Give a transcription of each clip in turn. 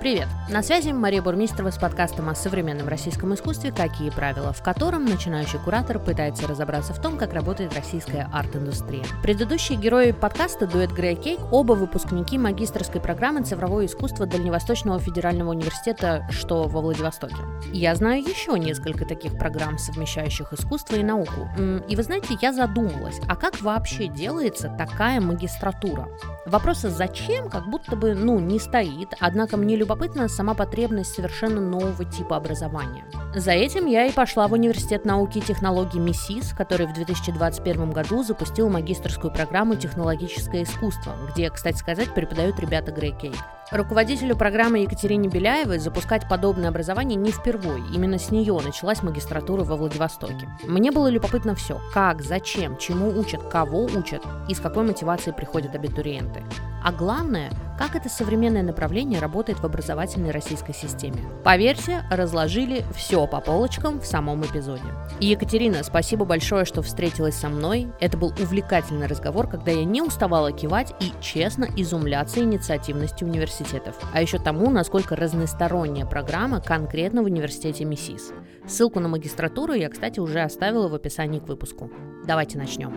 Привет! На связи Мария Бурмистрова с подкастом о современном российском искусстве «Какие правила?», в котором начинающий куратор пытается разобраться в том, как работает российская арт-индустрия. Предыдущие герои подкаста дуэт Грей Кейк, оба выпускники магистерской программы «Цифровое искусство» Дальневосточного федерального университета, что во Владивостоке. Я знаю еще несколько таких программ, совмещающих искусство и науку. И вы знаете, я задумалась, а как вообще делается такая магистратура? Вопроса «зачем?» как будто бы, не стоит, однако мне любопытна сама потребность совершенно нового типа образования. За этим я и пошла в Университет науки и технологий МИСИС, который в 2021 году запустил магистерскую программу «Технологическое искусство», где, кстати сказать, преподают ребята Грей Кейк. Руководителю программы Екатерине Беляевой запускать подобное образование не впервой. Именно с нее началась магистратура во Владивостоке. Мне было любопытно все. Как, зачем, чему учат, кого учат и с какой мотивацией приходят абитуриенты. А главное, как это современное направление работает в образовательной российской системе. Поверьте, разложили все по полочкам в самом эпизоде. И, Екатерина, спасибо большое, что встретилась со мной. Это был увлекательный разговор, когда я не уставала кивать и честно изумляться инициативности университетов. А еще тому, насколько разносторонняя программа конкретно в университете МИСИС. Ссылку на магистратуру я, кстати, уже оставила в описании к выпуску. Давайте начнем.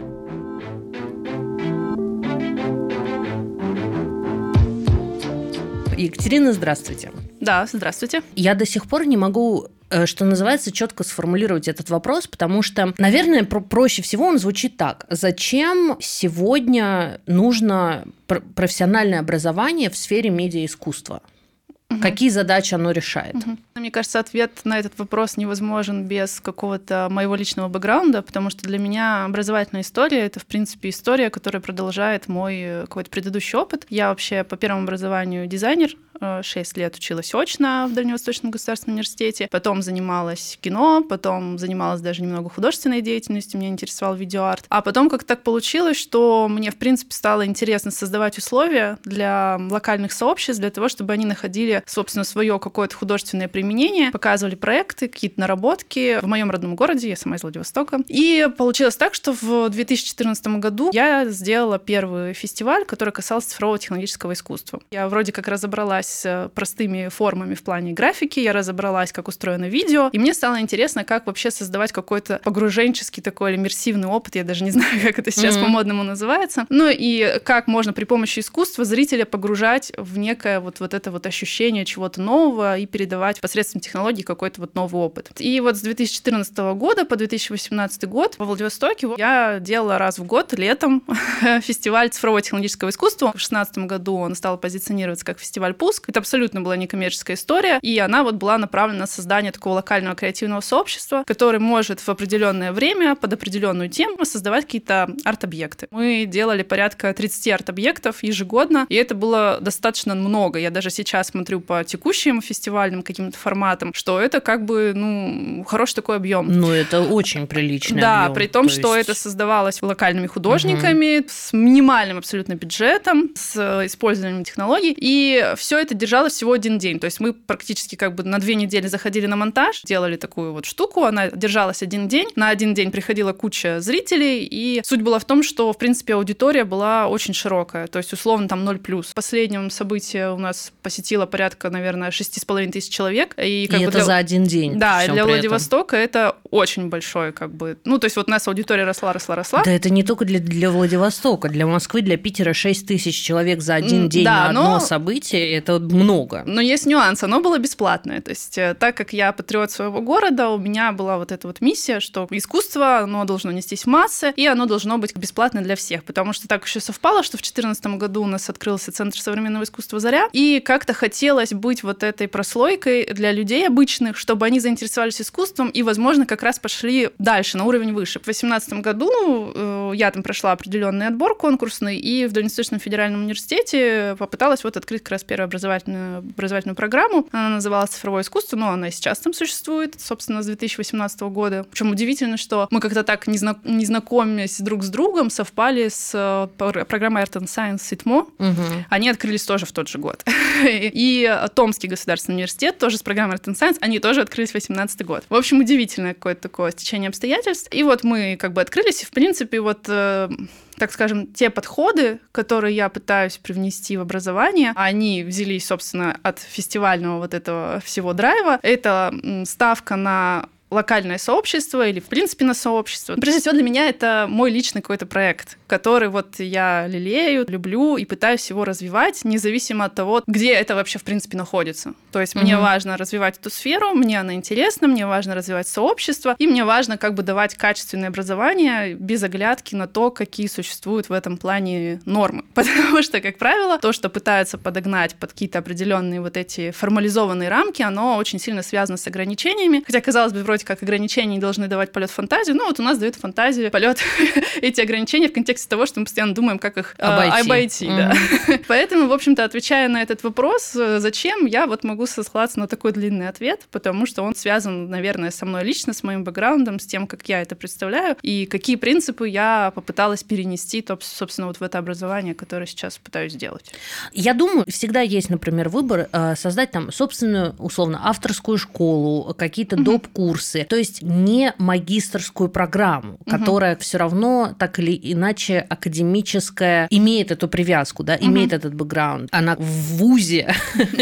Екатерина, здравствуйте. Да, здравствуйте. Я до сих пор не могу, что называется, четко сформулировать этот вопрос, потому что, наверное, проще всего он звучит так. Зачем сегодня нужно профессиональное образование в сфере медиаискусства? Какие задачи оно решает? Мне кажется, ответ на этот вопрос невозможен без какого-то моего личного бэкграунда, потому что для меня образовательная история — это, в принципе, история, которая продолжает мой какой-то предыдущий опыт. Я вообще по первому образованию дизайнер, 6 лет училась очно в Дальневосточном государственном университете, потом занималась кино, потом занималась даже немного художественной деятельностью, меня интересовал видеоарт. А потом как-то так получилось, что мне, в принципе, стало интересно создавать условия для локальных сообществ, для того, чтобы они находили, собственно, свое какое-то художественное применение, показывали проекты, какие-то наработки в моем родном городе, я сама из Владивостока. И получилось так, что в 2014 году я сделала первый фестиваль, который касался цифрового технологического искусства. Я вроде как разобралась с простыми формами в плане графики, я разобралась, как устроено видео, и мне стало интересно, как вообще создавать какой-то погруженческий такой иммерсивный опыт, я даже не знаю, как это сейчас по-модному называется, и как можно при помощи искусства зрителя погружать в некое вот это вот ощущение чего-то нового и передавать посредством технологий какой-то вот новый опыт. И вот с 2014 года по 2018 год во Владивостоке я делала раз в год летом фестиваль цифрового технологического искусства. В 2016 году он стал позиционироваться как фестиваль «Пуск». Это абсолютно была некоммерческая история, и она вот была направлена на создание такого локального креативного сообщества, который может в определенное время под определенную тему создавать какие-то арт-объекты. Мы делали порядка 30 арт-объектов ежегодно, и это было достаточно много. Я даже сейчас смотрю по текущим фестивальным каким-то форматам, что это как бы, хороший такой объем. Это очень приличный объем. Да, при том, что это создавалось локальными художниками, с минимальным абсолютно бюджетом, с использованием технологий, и все это держалось всего один день. То есть мы практически как бы на 2 недели заходили на монтаж, делали такую вот штуку, она держалась один день. На один день приходила куча зрителей, и суть была в том, что, в принципе, аудитория была очень широкая, то есть условно там 0+. В последнем событии у нас посетило порядка, наверное, 6,5 тысяч человек. И это за один день. Да, для Владивостока это очень большой то есть вот у нас аудитория росла. Да, это не только для Владивостока, для Москвы, для Питера 6 тысяч человек за один день на одно событие, это много. Но есть нюанс, оно было бесплатное. То есть так как я патриот своего города, у меня была вот эта вот миссия, что искусство, оно должно нестись в массы, и оно должно быть бесплатно для всех. Потому что так еще совпало, что в 2014 году у нас открылся Центр современного искусства «Заря», и как-то хотелось быть вот этой прослойкой для людей обычных, чтобы они заинтересовались искусством и, возможно, как раз пошли дальше, на уровень выше. В 2018 году я там прошла определенный отбор конкурсный, и в Дальневосточном федеральном университете попыталась открыть как раз первую образовательную программу. Она называлась «Цифровое искусство», но она и сейчас там существует, собственно, с 2018 года. Причем удивительно, что мы как-то так, не знакомясь друг с другом, совпали с программой Art and Science ИТМО. Они открылись тоже в тот же год. И Томский государственный университет тоже с программой Art and Science, они тоже открылись в 2018 год. В общем, удивительное какое-то такое стечение обстоятельств. И вот мы как бы открылись, и, в принципе, так скажем, те подходы, которые я пытаюсь привнести в образование, они взялись, собственно, от фестивального вот этого всего драйва. Это ставка на локальное сообщество или, в принципе, на сообщество. Прежде всего, для меня это мой личный какой-то проект, который вот я лелею, люблю и пытаюсь его развивать, независимо от того, где это вообще, в принципе, находится. То есть мне важно развивать эту сферу, мне она интересна, мне важно развивать сообщество, и мне важно как бы давать качественное образование без оглядки на то, какие существуют в этом плане нормы. Потому что, как правило, то, что пытаются подогнать под какие-то определенные вот эти формализованные рамки, оно очень сильно связано с ограничениями. Хотя, казалось бы, вроде как ограничения не должны давать полет в фантазию, но вот у нас дают фантазию полет эти ограничения в контексте того, что мы постоянно думаем, как их обойти. Да. Поэтому, в общем-то, отвечая на этот вопрос, зачем, я вот могу сослаться на такой длинный ответ, потому что он связан, наверное, со мной лично, с моим бэкграундом, с тем, как я это представляю, и какие принципы я попыталась перенести, собственно, вот в это образование, которое сейчас пытаюсь сделать. Я думаю, всегда есть, например, выбор создать там собственную, условно, авторскую школу, какие-то доп-курсы, то есть не магистерскую программу, которая все равно так или иначе академическая, имеет эту привязку, да, имеет этот бэкграунд. Она в вузе,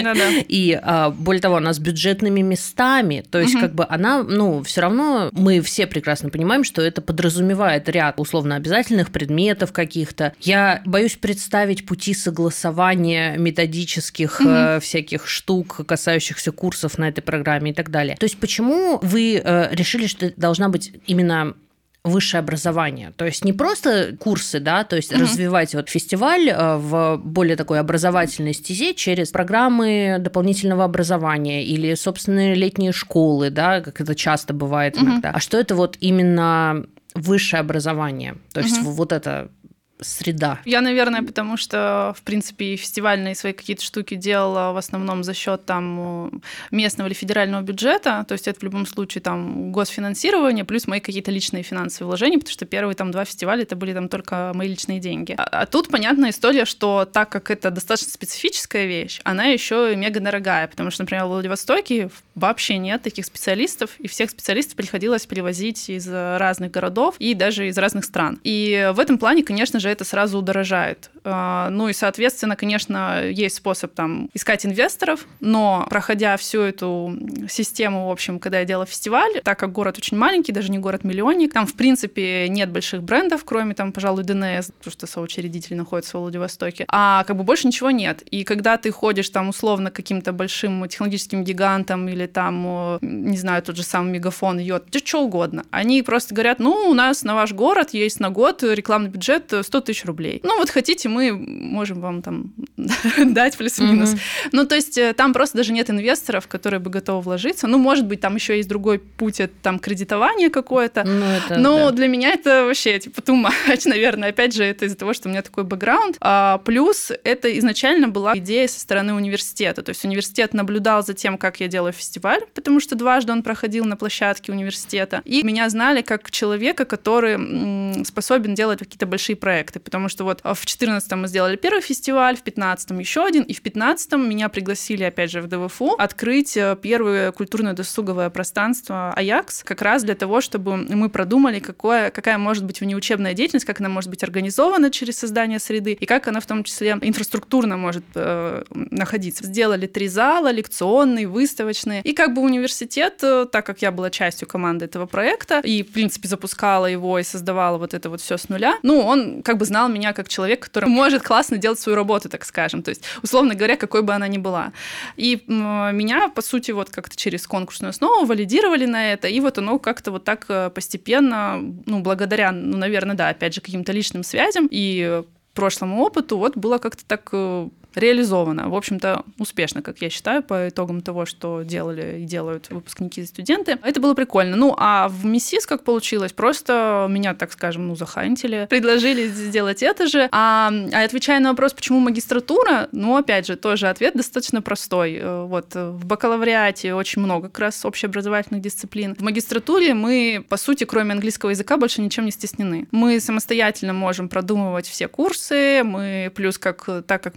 и более того, она с бюджетными местами, то есть как бы она, ну, все равно мы все прекрасно понимаем, что это подразумевает ряд условно обязательных предметов каких-то. Я боюсь представить пути согласования методических всяких штук, касающихся курсов на этой программе и так далее. То есть почему вы решили, что это должна быть именно высшее образование? То есть не просто курсы, да, то есть развивать вот фестиваль в более такой образовательной стезе через программы дополнительного образования или собственные летние школы, да, как это часто бывает иногда. А что это вот именно высшее образование? То есть вот это среда. Я, наверное, потому что, в принципе, фестивальные свои какие-то штуки делала в основном за счет там местного или федерального бюджета, то есть это в любом случае там госфинансирование, плюс мои какие-то личные финансовые вложения, потому что первые там 2 фестиваля это были там только мои личные деньги. А тут понятная история, что так как это достаточно специфическая вещь, она еще и мега дорогая, потому что, например, в Владивостоке вообще нет таких специалистов, и всех специалистов приходилось перевозить из разных городов и даже из разных стран. И в этом плане, конечно же, это сразу удорожает. Ну и, соответственно, конечно, есть способ там искать инвесторов, но проходя всю эту систему, в общем, когда я делала фестиваль, так как город очень маленький, даже не город-миллионник, там, в принципе, нет больших брендов, кроме там, пожалуй, ДНС, потому что соучредитель находится в Владивостоке, а как бы больше ничего нет. И когда ты ходишь там условно к каким-то большим технологическим гигантам или там, не знаю, тот же самый Мегафон, Йод, что угодно, они просто говорят, ну, у нас на ваш город есть на год рекламный бюджет 100 тысяч рублей. Ну, вот хотите, мы можем вам там дать плюс-минус. Ну, то есть там просто даже нет инвесторов, которые бы готовы вложиться. Ну, может быть, там еще есть другой путь, это там кредитование какое-то. Но для меня это вообще типа too much, наверное. Опять же, это из-за того, что у меня такой бэкграунд. Плюс это изначально была идея со стороны университета. То есть университет наблюдал за тем, как я делаю фестиваль, потому что дважды он проходил на площадке университета. И меня знали как человека, который способен делать какие-то большие проекты. Потому что вот в 2014-м мы сделали первый фестиваль, в 2015-м еще один, и в 2015-м меня пригласили, опять же, в ДВФУ открыть первое культурно-досуговое пространство «Аякс», как раз для того, чтобы мы продумали, какая может быть внеучебная деятельность, как она может быть организована через создание среды, и как она в том числе инфраструктурно может находиться. Сделали 3 зала, лекционный, выставочные, и как бы университет, так как я была частью команды этого проекта, и, в принципе, запускала его и создавала вот это вот все с нуля, ну, он как бы знал меня как человек, который может классно делать свою работу, так скажем, то есть, условно говоря, какой бы она ни была. И меня, по сути, вот как-то через конкурсную основу валидировали на это, и вот оно как-то вот так постепенно, ну, благодаря, ну, наверное, да, опять же, каким-то личным связям и прошлому опыту, вот было как-то так реализовано, в общем-то, успешно, как я считаю, по итогам того, что делали и делают выпускники и студенты. Это было прикольно. Ну, а в МИСИС как получилось? Просто меня, так скажем, ну, захантили, предложили сделать это же. А отвечая на вопрос, почему магистратура, ну, опять же, тоже ответ достаточно простой. Вот в бакалавриате очень много как раз общеобразовательных дисциплин. В магистратуре мы, по сути, кроме английского языка, больше ничем не стеснены. Мы самостоятельно можем продумывать все курсы, мы плюс так как мы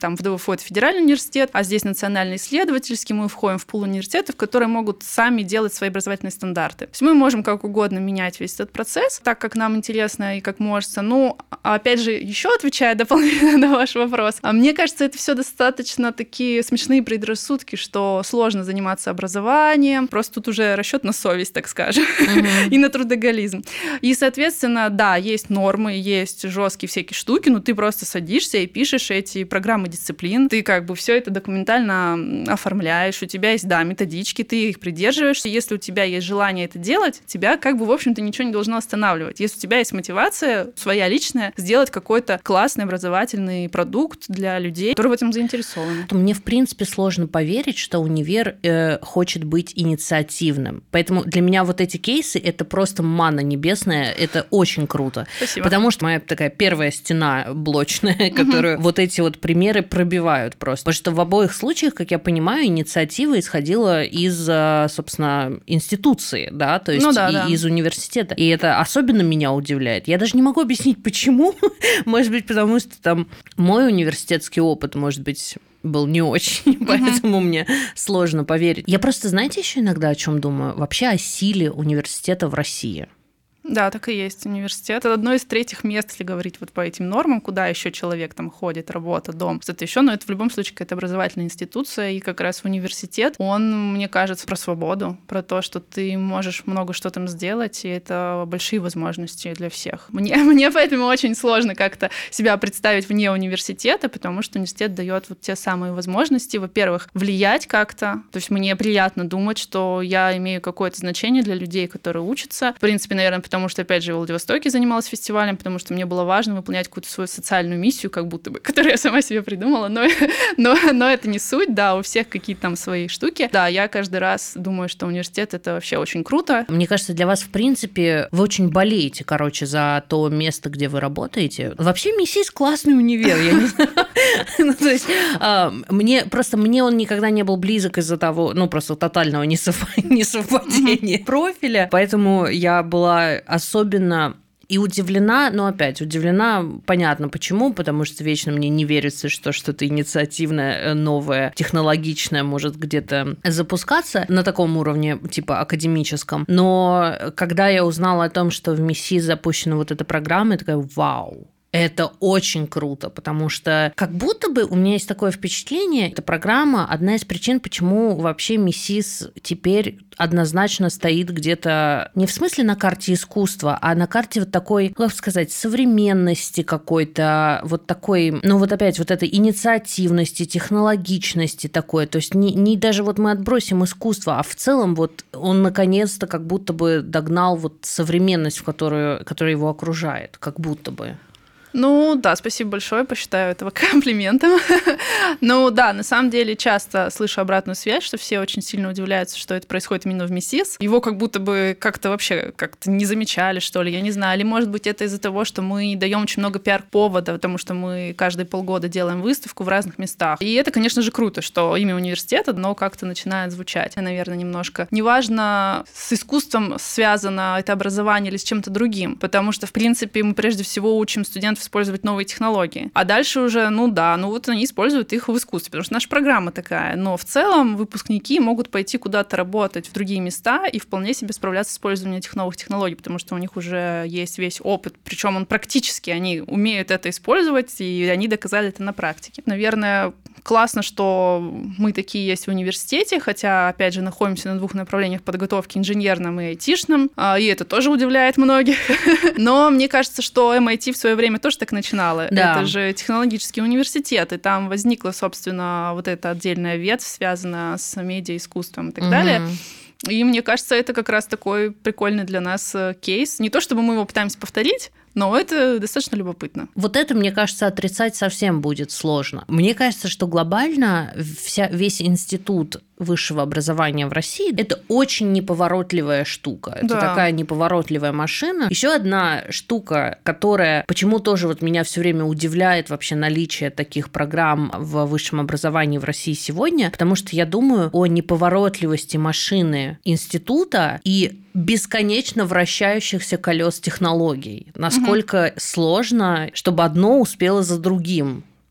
там в ДВФУ это федеральный университет, а здесь национальный исследовательский, мы входим в пул университетов, которые могут сами делать свои образовательные стандарты. То есть мы можем как угодно менять весь этот процесс, так как нам интересно и как может. Ну, опять же, еще отвечая дополнительно на ваш вопрос, мне кажется, это все достаточно такие смешные предрассудки, что сложно заниматься образованием, просто тут уже расчет на совесть, так скажем, и на трудоголизм. И, соответственно, да, есть нормы, есть жесткие всякие штуки, но ты просто садишься и пишешь эти программы дисциплин, ты как бы все это документально оформляешь, у тебя есть, да, методички, ты их придерживаешься, если у тебя есть желание это делать, тебя как бы, в общем-то, ничего не должно останавливать. Если у тебя есть мотивация своя личная, сделать какой-то классный образовательный продукт для людей, которые в этом заинтересованы. Мне, в принципе, сложно поверить, что универ хочет быть инициативным. Поэтому для меня вот эти кейсы – это просто манна небесная, это очень круто. Спасибо. Потому что моя такая первая стена блочная, которую вот эти вот примеры пробивают просто. Потому что в обоих случаях, как я понимаю, инициатива исходила из, собственно, институции, да, то есть из университета. И это особенно меня удивляет. Я даже не могу объяснить, почему. Может быть, потому что там мой университетский опыт, может быть, был не очень, поэтому мне сложно поверить. Я просто, знаете, еще иногда о чем думаю? Вообще о силе университета в России. Да, так и есть. Университет — это одно из третьих мест, если говорить вот по этим нормам, куда еще человек там ходит, работа, дом, что-то еще, но это в любом случае какая-то образовательная институция, и как раз университет, он, мне кажется, про свободу, про то, что ты можешь много что там сделать, и это большие возможности для всех. Мне поэтому очень сложно как-то себя представить вне университета, потому что университет дает вот те самые возможности, во-первых, влиять как-то, то есть мне приятно думать, что я имею какое-то значение для людей, которые учатся, в принципе, наверное, потому что, опять же, в Владивостоке занималась фестивалем, потому что мне было важно выполнять какую-то свою социальную миссию, как будто бы, которую я сама себе придумала, но это не суть, да, у всех какие-то там свои штуки. Да, я каждый раз думаю, что университет — это вообще очень круто. Мне кажется, для вас, в принципе, вы очень болеете, за то место, где вы работаете. Вообще, МИСИС — классный универ, я не знаю. То есть, мне он никогда не был близок из-за того, просто тотального несовпадения профиля, поэтому я была особенно и удивлена, но опять удивлена, понятно почему, потому что вечно мне не верится, что что-то инициативное, новое, технологичное может где-то запускаться на таком уровне, типа академическом. Но когда я узнала о том, что в МИСИС запущена вот эта программа, я такая: вау! Это очень круто, потому что как будто бы у меня есть такое впечатление, эта программа – одна из причин, почему вообще МИСИС теперь однозначно стоит где-то не в смысле на карте искусства, а на карте вот такой, как сказать, современности какой-то, вот такой, опять вот этой инициативности, технологичности такой. То есть не даже вот мы отбросим искусство, а в целом вот он наконец-то как будто бы догнал вот современность, которая его окружает, как будто бы. Да, спасибо большое, посчитаю этого комплиментом. На самом деле часто слышу обратную связь, что все очень сильно удивляются, что это происходит именно в МИСИС. Его как будто бы как-то вообще не замечали, что ли, я не знаю. Или, может быть, это из-за того, что мы даем очень много пиар-повода, потому что мы каждые полгода делаем выставку в разных местах. И это, конечно же, круто, что имя университета, но как-то начинает звучать, наверное, немножко. Неважно, с искусством связано это образование или с чем-то другим, потому что, в принципе, мы прежде всего учим студентов использовать новые технологии. А дальше уже, они используют их в искусстве, потому что наша программа такая. Но в целом выпускники могут пойти куда-то работать в другие места и вполне себе справляться с использованием этих новых технологий, потому что у них уже есть весь опыт, причем он практически, они умеют это использовать, и они доказали это на практике. Наверное, классно, что мы такие есть в университете, хотя, опять же, находимся на двух направлениях подготовки, инженерном и айтишном, и это тоже удивляет многих. Но мне кажется, что MIT в свое время тоже так начинала. Да. Это же технологический университет, и там возникла, собственно, вот эта отдельная ветвь, связанная с медиаискусством и так далее. И мне кажется, это как раз такой прикольный для нас кейс. Не то чтобы мы его пытаемся повторить, но это достаточно любопытно. Вот это, мне кажется, отрицать совсем будет сложно. Мне кажется, что глобально весь институт высшего образования в России – это очень неповоротливая штука. Это такая неповоротливая машина. Еще одна штука, которая почему тоже вот меня все время удивляет вообще наличие таких программ в высшем образовании в России сегодня, потому что я думаю о неповоротливости машины института и бесконечно вращающихся колес технологий. Насколько сложно, чтобы одно успело за другим.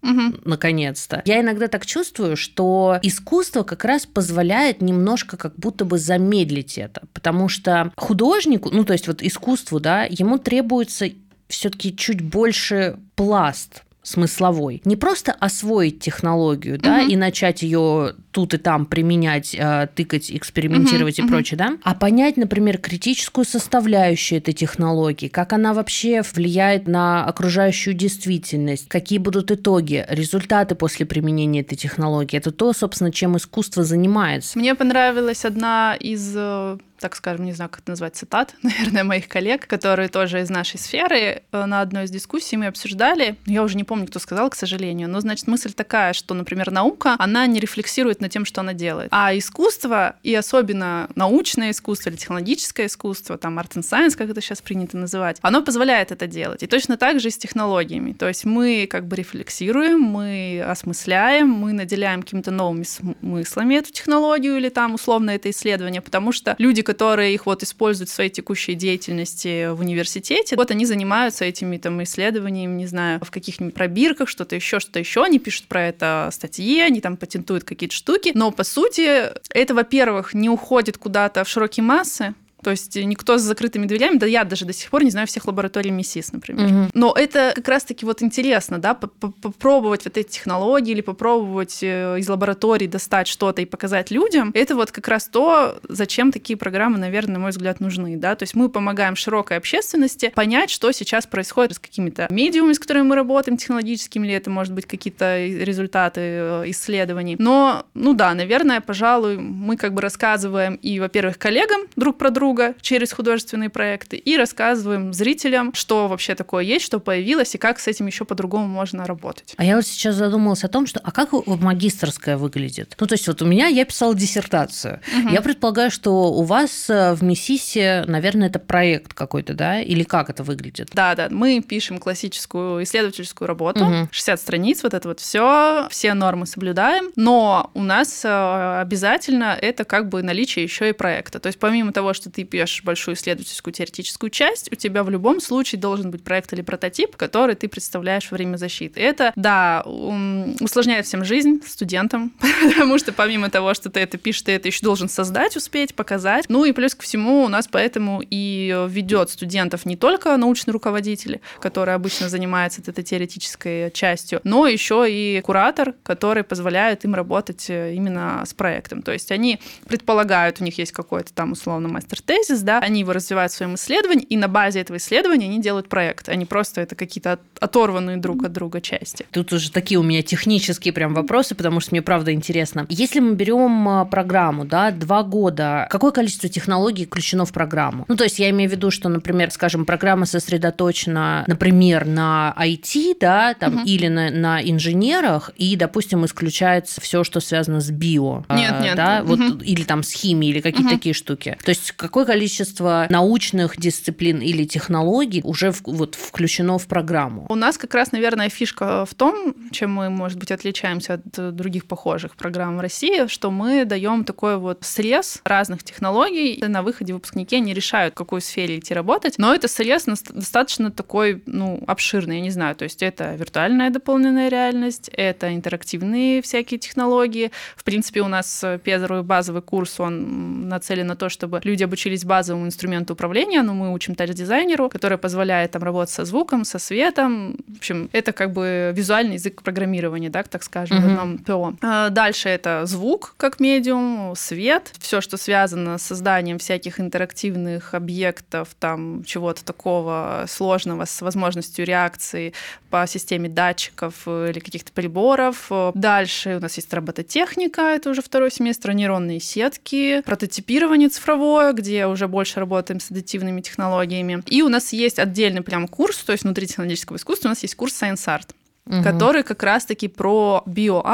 наконец-то. Я иногда так чувствую, что искусство как раз позволяет немножко как будто бы замедлить это, потому что художнику, то есть вот искусству, да, ему требуется все-таки чуть больше пласт смысловой. Не просто освоить технологию, да, и начать ее тут и там применять, тыкать, экспериментировать и прочее, да, а понять, например, критическую составляющую этой технологии, как она вообще влияет на окружающую действительность, какие будут итоги, результаты после применения этой технологии. Это то, собственно, чем искусство занимается. Мне понравилась одна из, так скажем, не знаю, как это назвать, цитат, наверное, моих коллег, которые тоже из нашей сферы. На одной из дискуссий мы обсуждали, я уже не помню, кто сказал, к сожалению, но, значит, мысль такая, что, например, наука, она не рефлексирует над тем, что она делает. А искусство, и особенно научное искусство или технологическое искусство, там, art and science, как это сейчас принято называть, оно позволяет это делать. И точно так же и с технологиями. То есть мы как бы рефлексируем, мы осмысляем, мы наделяем какими-то новыми смыслами эту технологию или там условно это исследование, потому что люди, которые их вот используют в своей текущей деятельности в университете, вот они занимаются этими там исследованиями, не знаю, в каких-нибудь пробирках, что-то еще, они пишут про это статьи, они там патентуют какие-то штуки, но по сути это, во-первых, не уходит куда-то в широкие массы. То есть никто с закрытыми дверями, да я даже до сих пор не знаю всех лабораторий МИСИС, например. Но это как раз-таки вот интересно, да, попробовать вот эти технологии или попробовать из лабораторий достать что-то и показать людям. Это вот как раз то, зачем такие программы, наверное, на мой взгляд, нужны, да. То есть мы помогаем широкой общественности понять, что сейчас происходит с какими-то медиумами, с которыми мы работаем, технологическими, или это, может быть, какие-то результаты исследований. Но, наверное, пожалуй, мы как бы рассказываем и, во-первых, коллегам друг про друга через художественные проекты и рассказываем зрителям, что вообще такое есть, что появилось и как с этим еще по-другому можно работать. А я вот сейчас задумалась о том, что как магистерская выглядит? То есть вот у меня, я писала диссертацию. Я предполагаю, что у вас в МИСИСе, наверное, это проект какой-то, да? Или как это выглядит? Да, мы пишем классическую исследовательскую работу, 60 страниц, вот это вот все нормы соблюдаем, но у нас обязательно это как бы наличие еще и проекта. То есть помимо того, что ты пишешь большую исследовательскую теоретическую часть, у тебя в любом случае должен быть проект или прототип, который ты представляешь во время защиты. Это, да, усложняет всем жизнь студентам, потому что помимо того, что ты это пишешь, ты это еще должен создать, успеть, показать. Ну и плюс ко всему у нас поэтому и ведет студентов не только научный руководитель, который обычно занимается этой теоретической частью, но еще и куратор, который позволяет им работать именно с проектом. То есть они предполагают, у них есть какой-то там условно мастер-тезис, да, они его развивают в своем исследовании, и на базе этого исследования они делают проект, а не просто это какие-то оторванные друг от друга части. Тут уже такие у меня технические прям вопросы, потому что мне правда интересно. Если мы берем программу, да, 2 года, какое количество технологий включено в программу? То есть я имею в виду, что, например, скажем, программа сосредоточена, например, на IT, да, там, или на инженерах, и, допустим, исключается все, что связано с био. Нет. Да, вот, или там с химией, или какие-то такие штуки. То есть какое количество научных дисциплин или технологий уже включено в программу? У нас как раз, наверное, фишка в том, чем мы, может быть, отличаемся от других похожих программ в России, что мы даем такой вот срез разных технологий. На выходе выпускники не решают, в какой сфере идти работать, но это срез достаточно такой, обширный, я не знаю, то есть это виртуальная дополненная реальность, это интерактивные всякие технологии. В принципе, у нас первый базовый курс, он нацелен на то, чтобы люди обучились базовому инструменту управления, но мы учим тач-дизайнеру, который позволяет там работать со звуком, со светом. В общем, это как бы визуальный язык программирования, да, так скажем, в одном ПО. Дальше это звук как медиум, свет, все, что связано с созданием всяких интерактивных объектов, там чего-то такого сложного с возможностью реакции по системе датчиков или каких-то приборов. Дальше у нас есть робототехника, это уже 2-й семестр, нейронные сетки, прототипирование цифровое, где уже больше работаем с аддитивными технологиями. И у нас есть отдельный прям курс, то есть внутри технологического искусства у нас есть курс Science Art, который как раз-таки про биоарт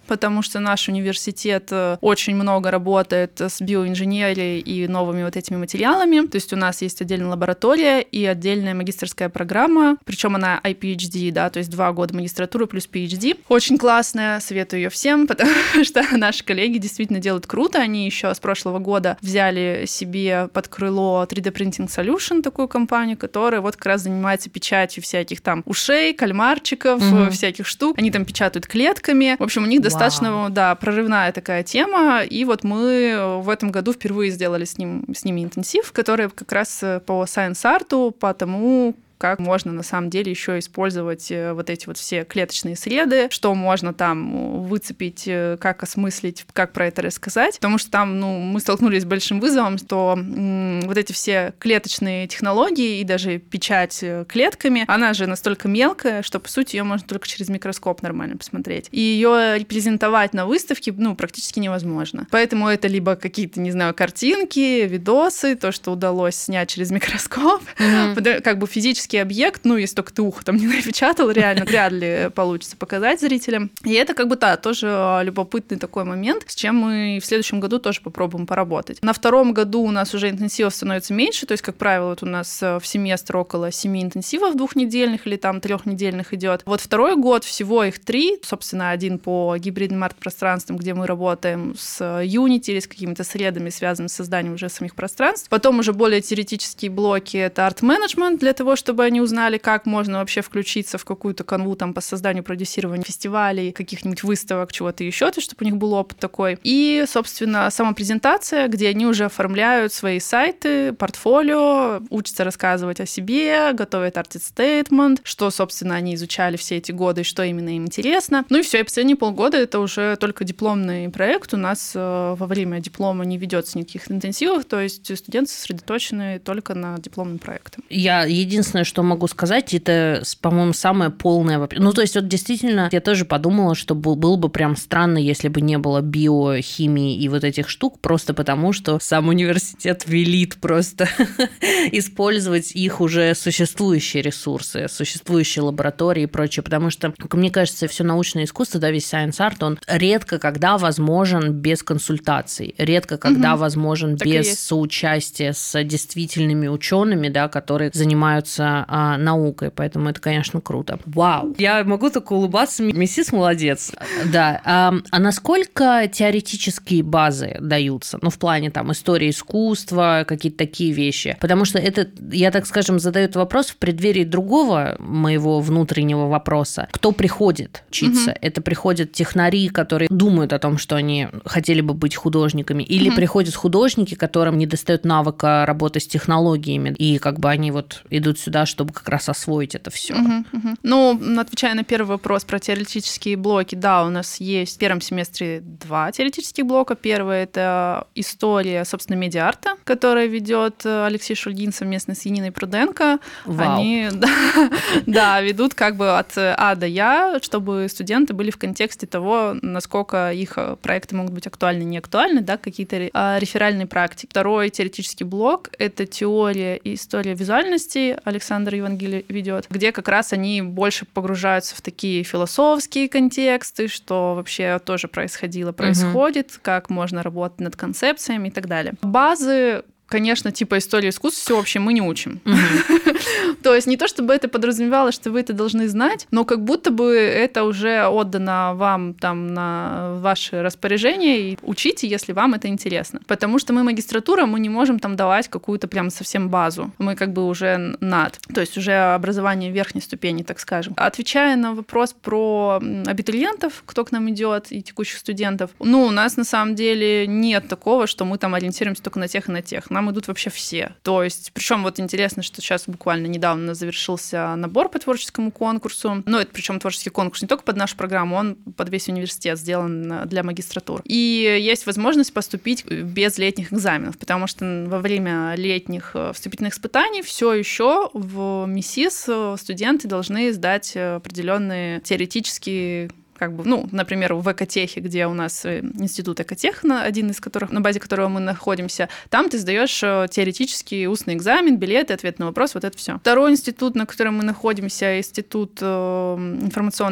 потому что наш университет очень много работает с биоинженерией и новыми вот этими материалами. То есть у нас есть отдельная лаборатория и отдельная магистерская программа, причем она IPHD, да, то есть 2 года магистратуры плюс PhD. Очень классная, советую ее всем, потому что наши коллеги действительно делают круто. Они еще с прошлого года взяли себе под крыло 3D Printing Solution, такую компанию, которая вот как раз занимается печатью всяких там ушей, кальмарчиков, всяких штук. Они там печатают клетками. В общем, у них достаточно, да, прорывная такая тема. И вот мы в этом году впервые сделали с ними интенсив, который как раз по сайенс-арту, по тому, как можно на самом деле еще использовать вот эти вот все клеточные среды, что можно там выцепить, как осмыслить, как про это рассказать. Потому что там, мы столкнулись с большим вызовом, что вот эти все клеточные технологии и даже печать клетками, она же настолько мелкая, что, по сути, ее можно только через микроскоп нормально посмотреть. И ее репрезентовать на выставке, практически невозможно. Поэтому это либо какие-то, не знаю, картинки, видосы, то, что удалось снять через микроскоп, как бы физически объект, если только ты ухо там не напечатал, реально вряд ли получится показать зрителям. И это как бы, тоже любопытный такой момент, с чем мы в следующем году тоже попробуем поработать. На 2-м году у нас уже интенсивов становится меньше, то есть, как правило, вот у нас в семестр около 7 интенсивов 2-недельных или там 3-недельных идет. Вот 2-й год всего их 3, собственно, 1 по гибридным арт-пространствам, где мы работаем с Unity или с какими-то средами, связанными с созданием уже самих пространств. Потом уже более теоретические блоки — это арт-менеджмент, для того, чтобы они узнали, как можно вообще включиться в какую-то канву там по созданию, продюсированию фестивалей, каких-нибудь выставок, чего-то еще, то, чтобы у них был опыт такой. И, собственно, самопрезентация, где они уже оформляют свои сайты, портфолио, учатся рассказывать о себе, готовят арт-стейтмент, что, собственно, они изучали все эти годы, что именно им интересно. И все, и последние полгода это уже только дипломный проект. У нас во время диплома не ведется никаких интенсивов, то есть студенты сосредоточены только на дипломном проекте. Я единственное, что могу сказать, это, по-моему, самое полное... то есть, вот действительно, я тоже подумала, что было бы прям странно, если бы не было биохимии и вот этих штук, просто потому, что сам университет велит просто использовать их уже существующие ресурсы, существующие лаборатории и прочее, потому что, мне кажется, все научное искусство, да, весь science art, он редко когда возможен без консультаций, редко когда возможен без соучастия с действительными учеными, да, которые занимаются наукой, поэтому это, конечно, круто. Вау! Я могу только улыбаться, миссис молодец. Да. А насколько теоретические базы даются? В плане там истории искусства, какие-то такие вещи. Потому что это, я так скажем, задаю этот вопрос в преддверии другого моего внутреннего вопроса. Кто приходит учиться? Это приходят технари, которые думают о том, что они хотели бы быть художниками, или приходят художники, которым недостает навыка работы с технологиями, и как бы они вот идут сюда, чтобы как раз освоить это все. Отвечая на первый вопрос про теоретические блоки, да, у нас есть в первом семестре 2 теоретических блока. Первый — это история, собственно, медиа-арта, которая ведет Алексей Шульгин совместно с Яниной Пруденко. Вау. Они ведут как бы от А до Я, чтобы студенты были в контексте того, насколько их проекты могут быть актуальны, не актуальны, да, какие-то реферальные практики. Второй теоретический блок — это теория и история визуальности. Александр Евангелий ведет, где как раз они больше погружаются в такие философские контексты, что вообще тоже происходит, как можно работать над концепциями и так далее. Базы, конечно, типа истории искусства все вообще мы не учим. То есть не то, чтобы это подразумевало, что вы это должны знать, но как будто бы это уже отдано вам там на ваше распоряжение, и учите, если вам это интересно. Потому что мы магистратура, мы не можем там давать какую-то прям совсем базу. Мы как бы уже над. То есть уже образование верхней ступени, так скажем. Отвечая на вопрос про абитуриентов, кто к нам идет, и текущих студентов, у нас на самом деле нет такого, что мы там ориентируемся только на тех и на тех. Нам идут вообще все. То есть, причем вот интересно, что сейчас буквально недавно завершился набор по творческому конкурсу. Это причем творческий конкурс не только под нашу программу, он под весь университет сделан для магистратур. И есть возможность поступить без летних экзаменов, потому что во время летних вступительных испытаний все еще в МИСИС студенты должны сдать определенные теоретические например, в Экотехе, где у нас институт Экотех, один из которых, на базе которого мы находимся, там ты сдаешь теоретический устный экзамен, билеты, ответ на вопрос, вот это все. Второй институт, на котором мы находимся, институт информационных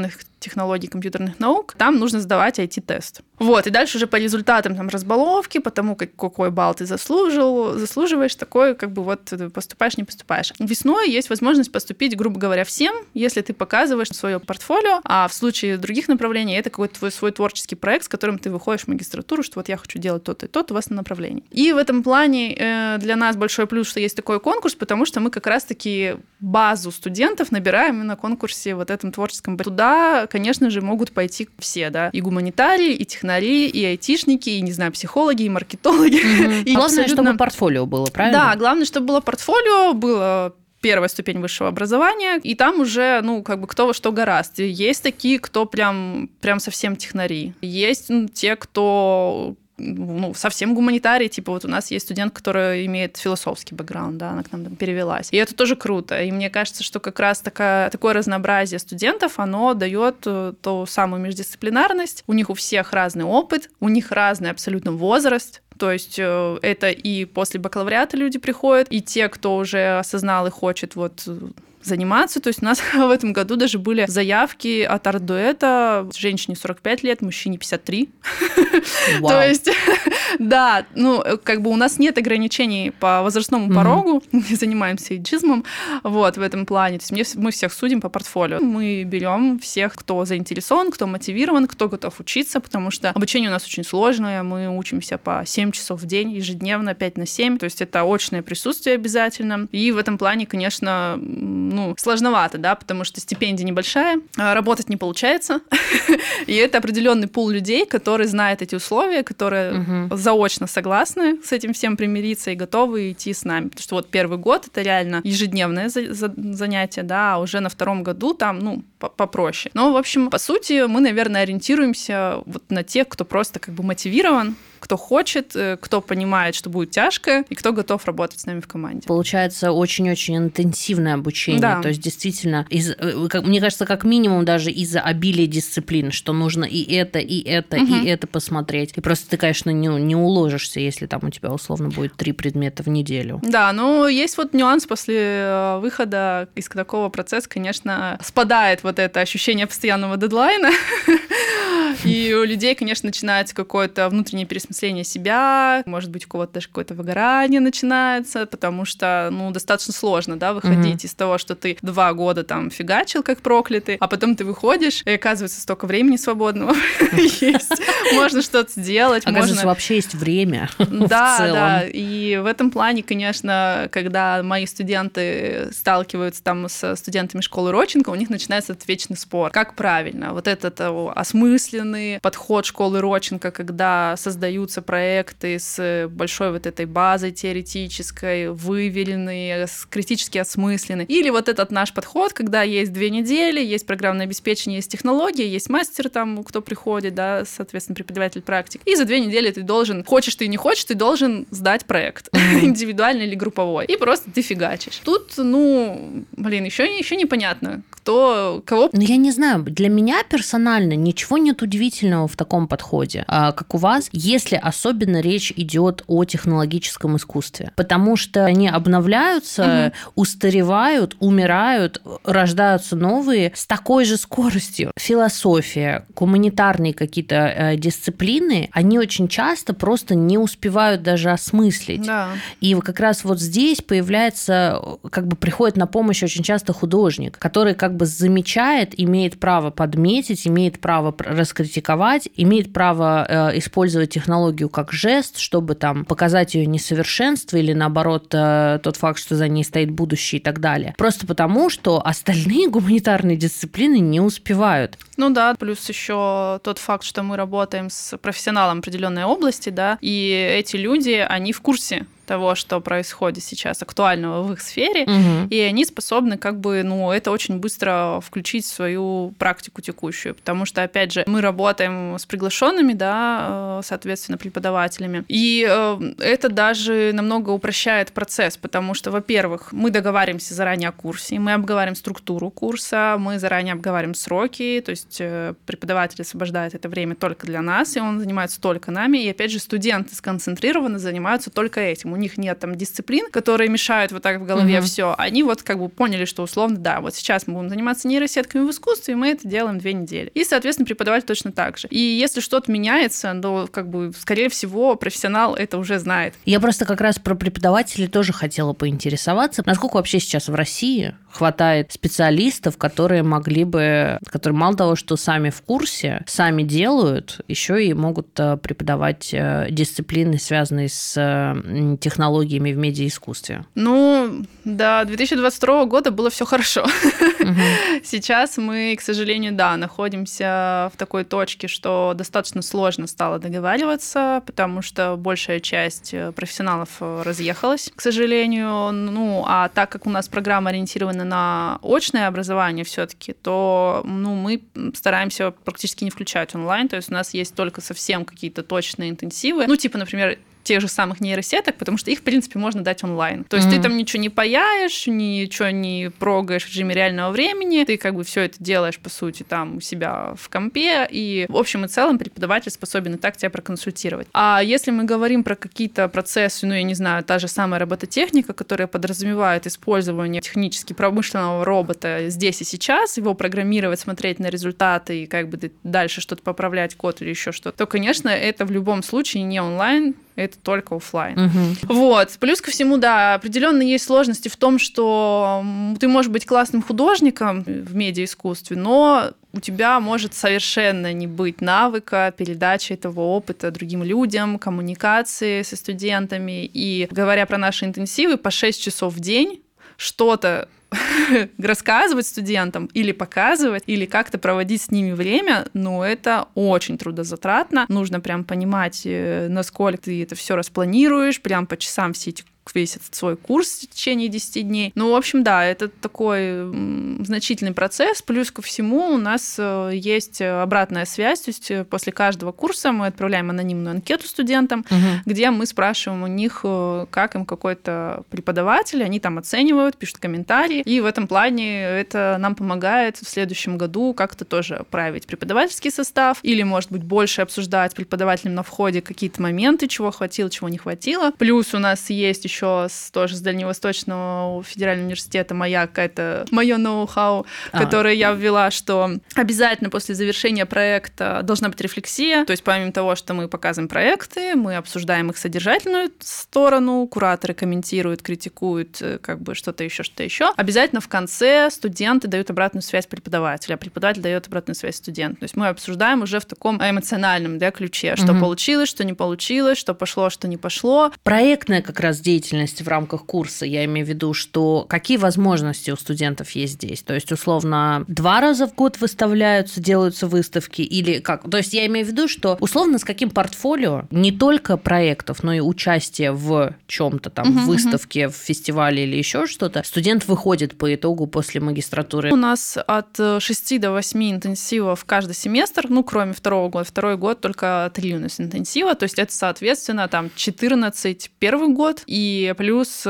технологий компьютерных наук, там нужно сдавать IT-тест. Вот, и дальше уже по результатам там разбаловки, по тому, какой балл ты заслуживаешь, такой как бы вот поступаешь, не поступаешь. Весной есть возможность поступить, грубо говоря, всем, если ты показываешь свое портфолио, а в случае других направлений это какой-то твой свой творческий проект, с которым ты выходишь в магистратуру, что вот я хочу делать то-то и то-то у вас на направлении. И в этом плане для нас большой плюс, что есть такой конкурс, потому что мы как раз-таки базу студентов набираем на конкурсе вот этом творческом. Туда, конечно же, могут пойти все, да, и гуманитарии, и технари, и айтишники, и, не знаю, психологи, и маркетологи. И главное, чтобы портфолио было, правильно? Да, главное, чтобы было портфолио, было первая ступень высшего образования, и там уже, как бы кто во что горазд. Есть такие, кто прям совсем технари. Есть те, кто совсем гуманитарий, типа вот у нас есть студент, который имеет философский бэкграунд, да, она к нам там перевелась. И это тоже круто. И мне кажется, что как раз такое разнообразие студентов, оно дает ту самую междисциплинарность. У них у всех разный опыт, у них разный абсолютно возраст. То есть это и после бакалавриата люди приходят, и те, кто уже осознал и хочет вот заниматься. То есть у нас в этом году даже были заявки от арт-дуэта женщине 45 лет, мужчине 53. То есть, да, как бы у нас нет ограничений по возрастному порогу, не занимаемся эйджизмом, вот, в этом плане. То есть мы всех судим по портфолио. Мы берем всех, кто заинтересован, кто мотивирован, кто готов учиться, потому что обучение у нас очень сложное, мы учимся по 7 часов в день, ежедневно, 5/7, то есть это очное присутствие обязательно. И в этом плане, конечно, сложновато, да, потому что стипендия небольшая, работать не получается, и это определенный пул людей, которые знают эти условия, которые заочно согласны с этим всем примириться и готовы идти с нами. Потому что вот первый год — это реально ежедневное занятие, да, а уже на втором году там, попроще. Но, в общем, по сути, мы, наверное, ориентируемся вот на тех, кто просто как бы мотивирован, кто хочет, кто понимает, что будет тяжко, и кто готов работать с нами в команде. Получается очень-очень интенсивное обучение. Да. То есть, действительно, мне кажется, как минимум даже из-за обилия дисциплин, что нужно и это посмотреть. И просто ты, конечно, не уложишься, если там у тебя условно будет 3 предмета в неделю. Да, но есть вот нюанс после выхода из такого процесса, конечно, спадает вот это ощущение постоянного дедлайна. И у людей, конечно, начинается какое-то внутреннее переосмысление себя, может быть, у кого-то даже какое-то выгорание начинается, потому что, достаточно сложно, да, выходить из того, что ты 2 года там фигачил как проклятый, а потом ты выходишь, и оказывается, столько времени свободного есть, можно что-то сделать. Оказывается, вообще есть время. Да, и в этом плане, конечно, когда мои студенты сталкиваются там с студентами школы Родченко, у них начинается этот вечный спор. Как правильно? Вот этот осмысленный подход школы Родченко, когда создаются проекты с большой вот этой базой теоретической, выверенные, критически осмысленные. Или вот этот наш подход, когда есть 2 недели, есть программное обеспечение, есть технология, есть мастер там, кто приходит, да, соответственно, преподаватель практик. И за 2 недели ты должен, хочешь ты и не хочешь, ты должен сдать проект, индивидуальный или групповой. И просто ты фигачишь. Тут, еще непонятно, кого... Я не знаю, для меня персонально ничего нет удивительного в таком подходе, как у вас, если особенно речь идет о технологическом искусстве. Потому что они обновляются, устаревают, умирают, рождаются новые с такой же скоростью. Философия, гуманитарные какие-то дисциплины, они очень часто просто не успевают даже осмыслить. Да. И как раз вот здесь появляется, как бы приходит на помощь очень часто художник, который как бы замечает, имеет право подметить, имеет право раскритиковать, имеет право использовать технологию как жест, чтобы там показать ее несовершенство или наоборот тот факт, что за ней стоит будущее и так далее. Просто потому, что остальные гуманитарные дисциплины не успевают. Да, плюс еще тот факт, что мы работаем с профессионалом определенной области, да, и эти люди, они в курсе того, что происходит сейчас актуального в их сфере, и они способны как бы, это очень быстро включить в свою практику текущую, потому что, опять же, мы работаем с приглашенными, да, соответственно, преподавателями, и это даже намного упрощает процесс, потому что, во-первых, мы договариваемся заранее о курсе, мы обговариваем структуру курса, мы заранее обговариваем сроки, то есть преподаватель освобождает это время только для нас, и он занимается только нами, и, опять же, студенты сконцентрированно занимаются только этим. У них нет там дисциплин, которые мешают вот так в голове все, они вот как бы поняли, что условно, да, вот сейчас мы будем заниматься нейросетками в искусстве, и мы это делаем 2 недели. И, соответственно, преподаватель точно так же. И если что-то меняется, то, как бы, скорее всего, профессионал это уже знает. Я просто как раз про преподавателей тоже хотела поинтересоваться. Насколько вообще сейчас в России хватает специалистов, которые могли бы, которые мало того, что сами в курсе, сами делают, еще и могут преподавать дисциплины, связанные с технологиями в медиаискусстве? Ну, до 2022 года было все хорошо. Сейчас мы, к сожалению, да, находимся в такой точке, что достаточно сложно стало договариваться, потому что большая часть профессионалов разъехалась, к сожалению. Ну, а так как у нас программа ориентирована на очное образование все-таки, то мы стараемся практически не включать онлайн, то есть у нас есть только совсем какие-то точные интенсивы, ну, типа, например, тех же самых нейросеток, потому что их, в принципе, можно дать онлайн. То есть ты там ничего не паяешь, ничего не прогаешь в режиме реального времени, ты как бы все это делаешь, по сути, там у себя в компе, и в общем и целом преподаватель способен и так тебя проконсультировать. А если мы говорим про какие-то процессы, ну, я не знаю, та же самая робототехника, которая подразумевает использование технически промышленного робота здесь и сейчас, его программировать, смотреть на результаты и как бы дальше что-то поправлять, код или еще что-то, то, конечно, это в любом случае не онлайн, это только офлайн. Вот. Плюс ко всему, да, определенно есть сложности в том, что ты можешь быть классным художником в медиаискусстве, но у тебя может совершенно не быть навыка передачи этого опыта другим людям, коммуникации со студентами. И говоря про наши интенсивы, по 6 часов в день что-то рассказывать студентам или показывать, или как-то проводить с ними время, это очень трудозатратно. Нужно прям понимать, насколько ты это все распланируешь, прям по часам весь этот свой курс в течение 10 дней. В общем, да, это такой значительный процесс. Плюс ко всему у нас есть обратная связь, то есть после каждого курса мы отправляем анонимную анкету студентам, где мы спрашиваем у них, как им какой-то преподаватель, они там оценивают, пишут комментарии, и в этом плане это нам помогает в следующем году как-то тоже править преподавательский состав, или, может быть, больше обсуждать преподавателям на входе какие-то моменты, чего хватило, чего не хватило. Плюс у нас есть еще тоже с Дальневосточного федерального университета мое ноу-хау, которое я ввела, что обязательно после завершения проекта должна быть рефлексия. То есть помимо того, что мы показываем проекты, мы обсуждаем их содержательную сторону, кураторы комментируют, критикуют, как бы что-то еще. Обязательно в конце студенты дают обратную связь преподавателю, а преподаватель дает обратную связь студенту. То есть мы обсуждаем уже в таком эмоциональном ключе, что получилось, что не получилось, что пошло, что не пошло. Проектная как раз деятельность в рамках курса, я имею в виду, что какие возможности у студентов есть здесь? То есть, условно, 2 раза в год выставляются, делаются выставки или как? То есть, я имею в виду, что условно с каким портфолио не только проектов, но и участие в чем-то там, в выставке, в фестивале или еще что-то, студент выходит по итогу после магистратуры. У нас от 6 до 8 интенсивов каждый семестр, кроме второго года. Второй год только 3 у нас интенсива, то есть это, соответственно, там 14 первый год и плюс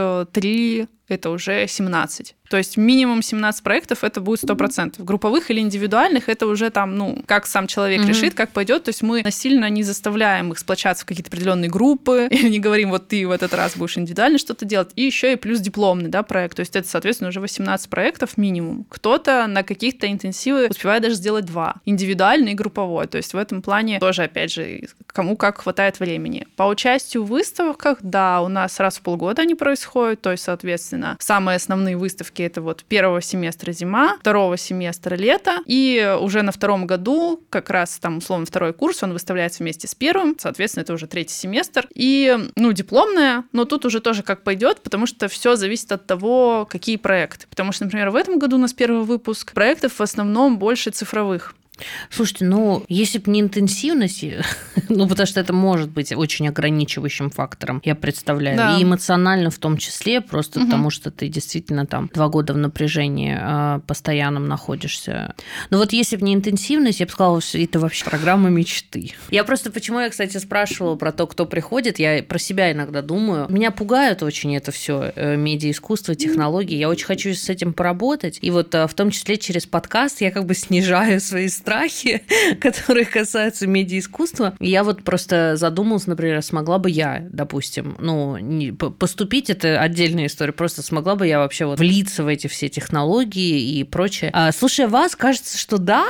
3 это уже 17. То есть минимум 17 проектов это будет 100%. Групповых или индивидуальных это уже там, как сам человек решит, как пойдет. То есть мы насильно не заставляем их сплочаться в какие-то определенные группы, или не говорим, вот ты в этот раз будешь индивидуально что-то делать. И еще и плюс дипломный, проект. То есть это, соответственно, уже 18 проектов минимум. Кто-то на каких-то интенсивы успевает даже сделать 2. Индивидуальный и групповой. То есть в этом плане тоже, опять же, кому как хватает времени. По участию в выставках, да, у нас раз в полгода они происходят. То есть, соответственно, самые основные выставки это вот первого семестра зима, второго семестра лето, и уже на втором году, как раз там, условно, второй курс, он выставляется вместе с первым, соответственно, это уже 3-й семестр, и, дипломная, но тут уже тоже как пойдет, потому что все зависит от того, какие проекты. Потому что, например, в этом году у нас первый выпуск проектов в основном больше цифровых. Слушайте, если бы не интенсивность, потому что это может быть очень ограничивающим фактором, я представляю, да. И эмоционально в том числе, просто потому что ты действительно там 2 года в напряжении постоянном находишься. Но вот если бы не интенсивность, я бы сказала, что это вообще программа мечты. Почему я, кстати, спрашивала про то, кто приходит, я про себя иногда думаю. Меня пугает очень это все медиаискусство, технологии. Я очень хочу с этим поработать. И вот в том числе через подкаст я как бы снижаю свои страхи страхи, которые касаются медиаискусства. Я вот просто задумалась, например, смогла бы я, допустим, поступить, это отдельная история, просто смогла бы я вообще вот влиться в эти все технологии и прочее. Слушая вас, кажется, что да,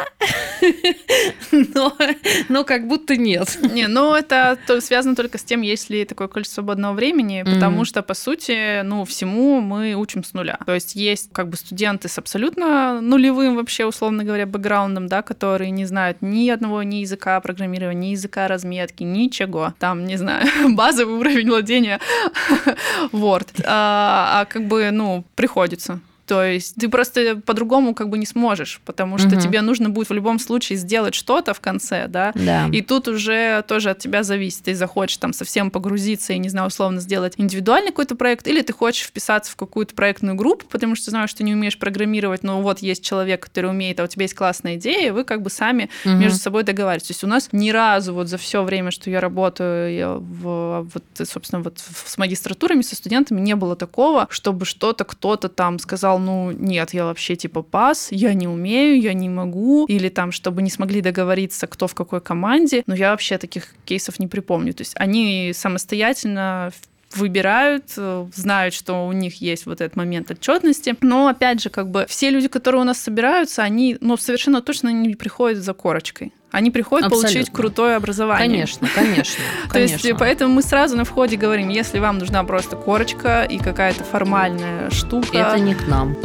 но как будто нет. Не, это связано только с тем, есть ли такое количество свободного времени, потому что, по сути, всему мы учим с нуля. То есть как бы студенты с абсолютно нулевым вообще, условно говоря, бэкграундом, да, которые не знают ни одного ни языка программирования, ни языка разметки, ничего. Там, не знаю, базовый уровень владения Word. Как бы, приходится. То есть ты просто по-другому как бы не сможешь, потому что тебе нужно будет в любом случае сделать что-то в конце, да? И тут уже тоже от тебя зависит. Ты захочешь там совсем погрузиться и, не знаю, условно сделать индивидуальный какой-то проект, или ты хочешь вписаться в какую-то проектную группу, потому что знаешь, что ты не умеешь программировать, но вот есть человек, который умеет, а у тебя есть классная идея, и вы как бы сами между собой договариваетесь. То есть у нас ни разу вот за все время, что я работаю собственно, с магистратурами, со студентами, не было такого, чтобы что-то кто-то там сказал, нет, я вообще типа пас, я не умею, я не могу, или там, чтобы не смогли договориться, кто в какой команде, но я вообще таких кейсов не припомню. То есть они самостоятельно выбирают, знают, что у них есть вот этот момент отчетности. Но, опять же, как бы все люди, которые у нас собираются, они совершенно точно не приходят за корочкой. Они приходят получить крутое образование. Конечно. То есть, поэтому мы сразу на входе говорим, если вам нужна просто корочка и какая-то формальная штука... Это не к нам.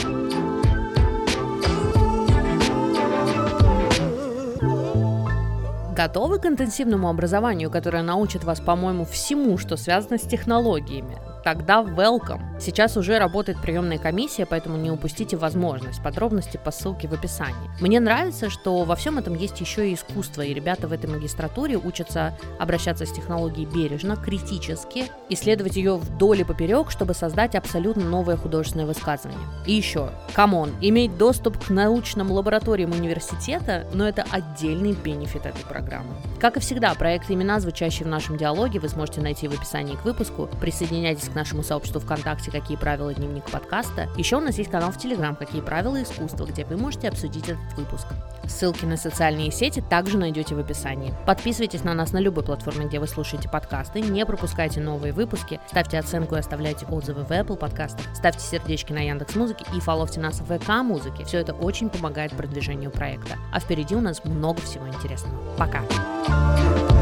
Готовы к интенсивному образованию, которое научит вас, по-моему, всему, что связано с технологиями? Тогда welcome. Сейчас уже работает приемная комиссия, поэтому не упустите возможность. Подробности по ссылке в описании. Мне нравится, что во всем этом есть еще и искусство, и ребята в этой магистратуре учатся обращаться с технологией бережно, критически, исследовать ее вдоль и поперек, чтобы создать абсолютно новое художественное высказывание. И еще, камон, иметь доступ к научным лабораториям университета, но это отдельный бенефит этой программы. Как и всегда, проекты имена, звучащие в нашем диалоге, вы сможете найти в описании к выпуску. Присоединяйтесь к нашему сообществу ВКонтакте «Какие правила. Дневник подкаста». Еще у нас есть канал в Телеграм «Какие правила. Искусства», где вы можете обсудить этот выпуск. Ссылки на социальные сети также найдете в описании. Подписывайтесь на нас на любой платформе, где вы слушаете подкасты, не пропускайте новые выпуски, ставьте оценку и оставляйте отзывы в Apple подкастах, ставьте сердечки на Яндекс.Музыке и фолловьте нас в ВК-музыке. Все это очень помогает продвижению проекта. А впереди у нас много всего интересного. Пока!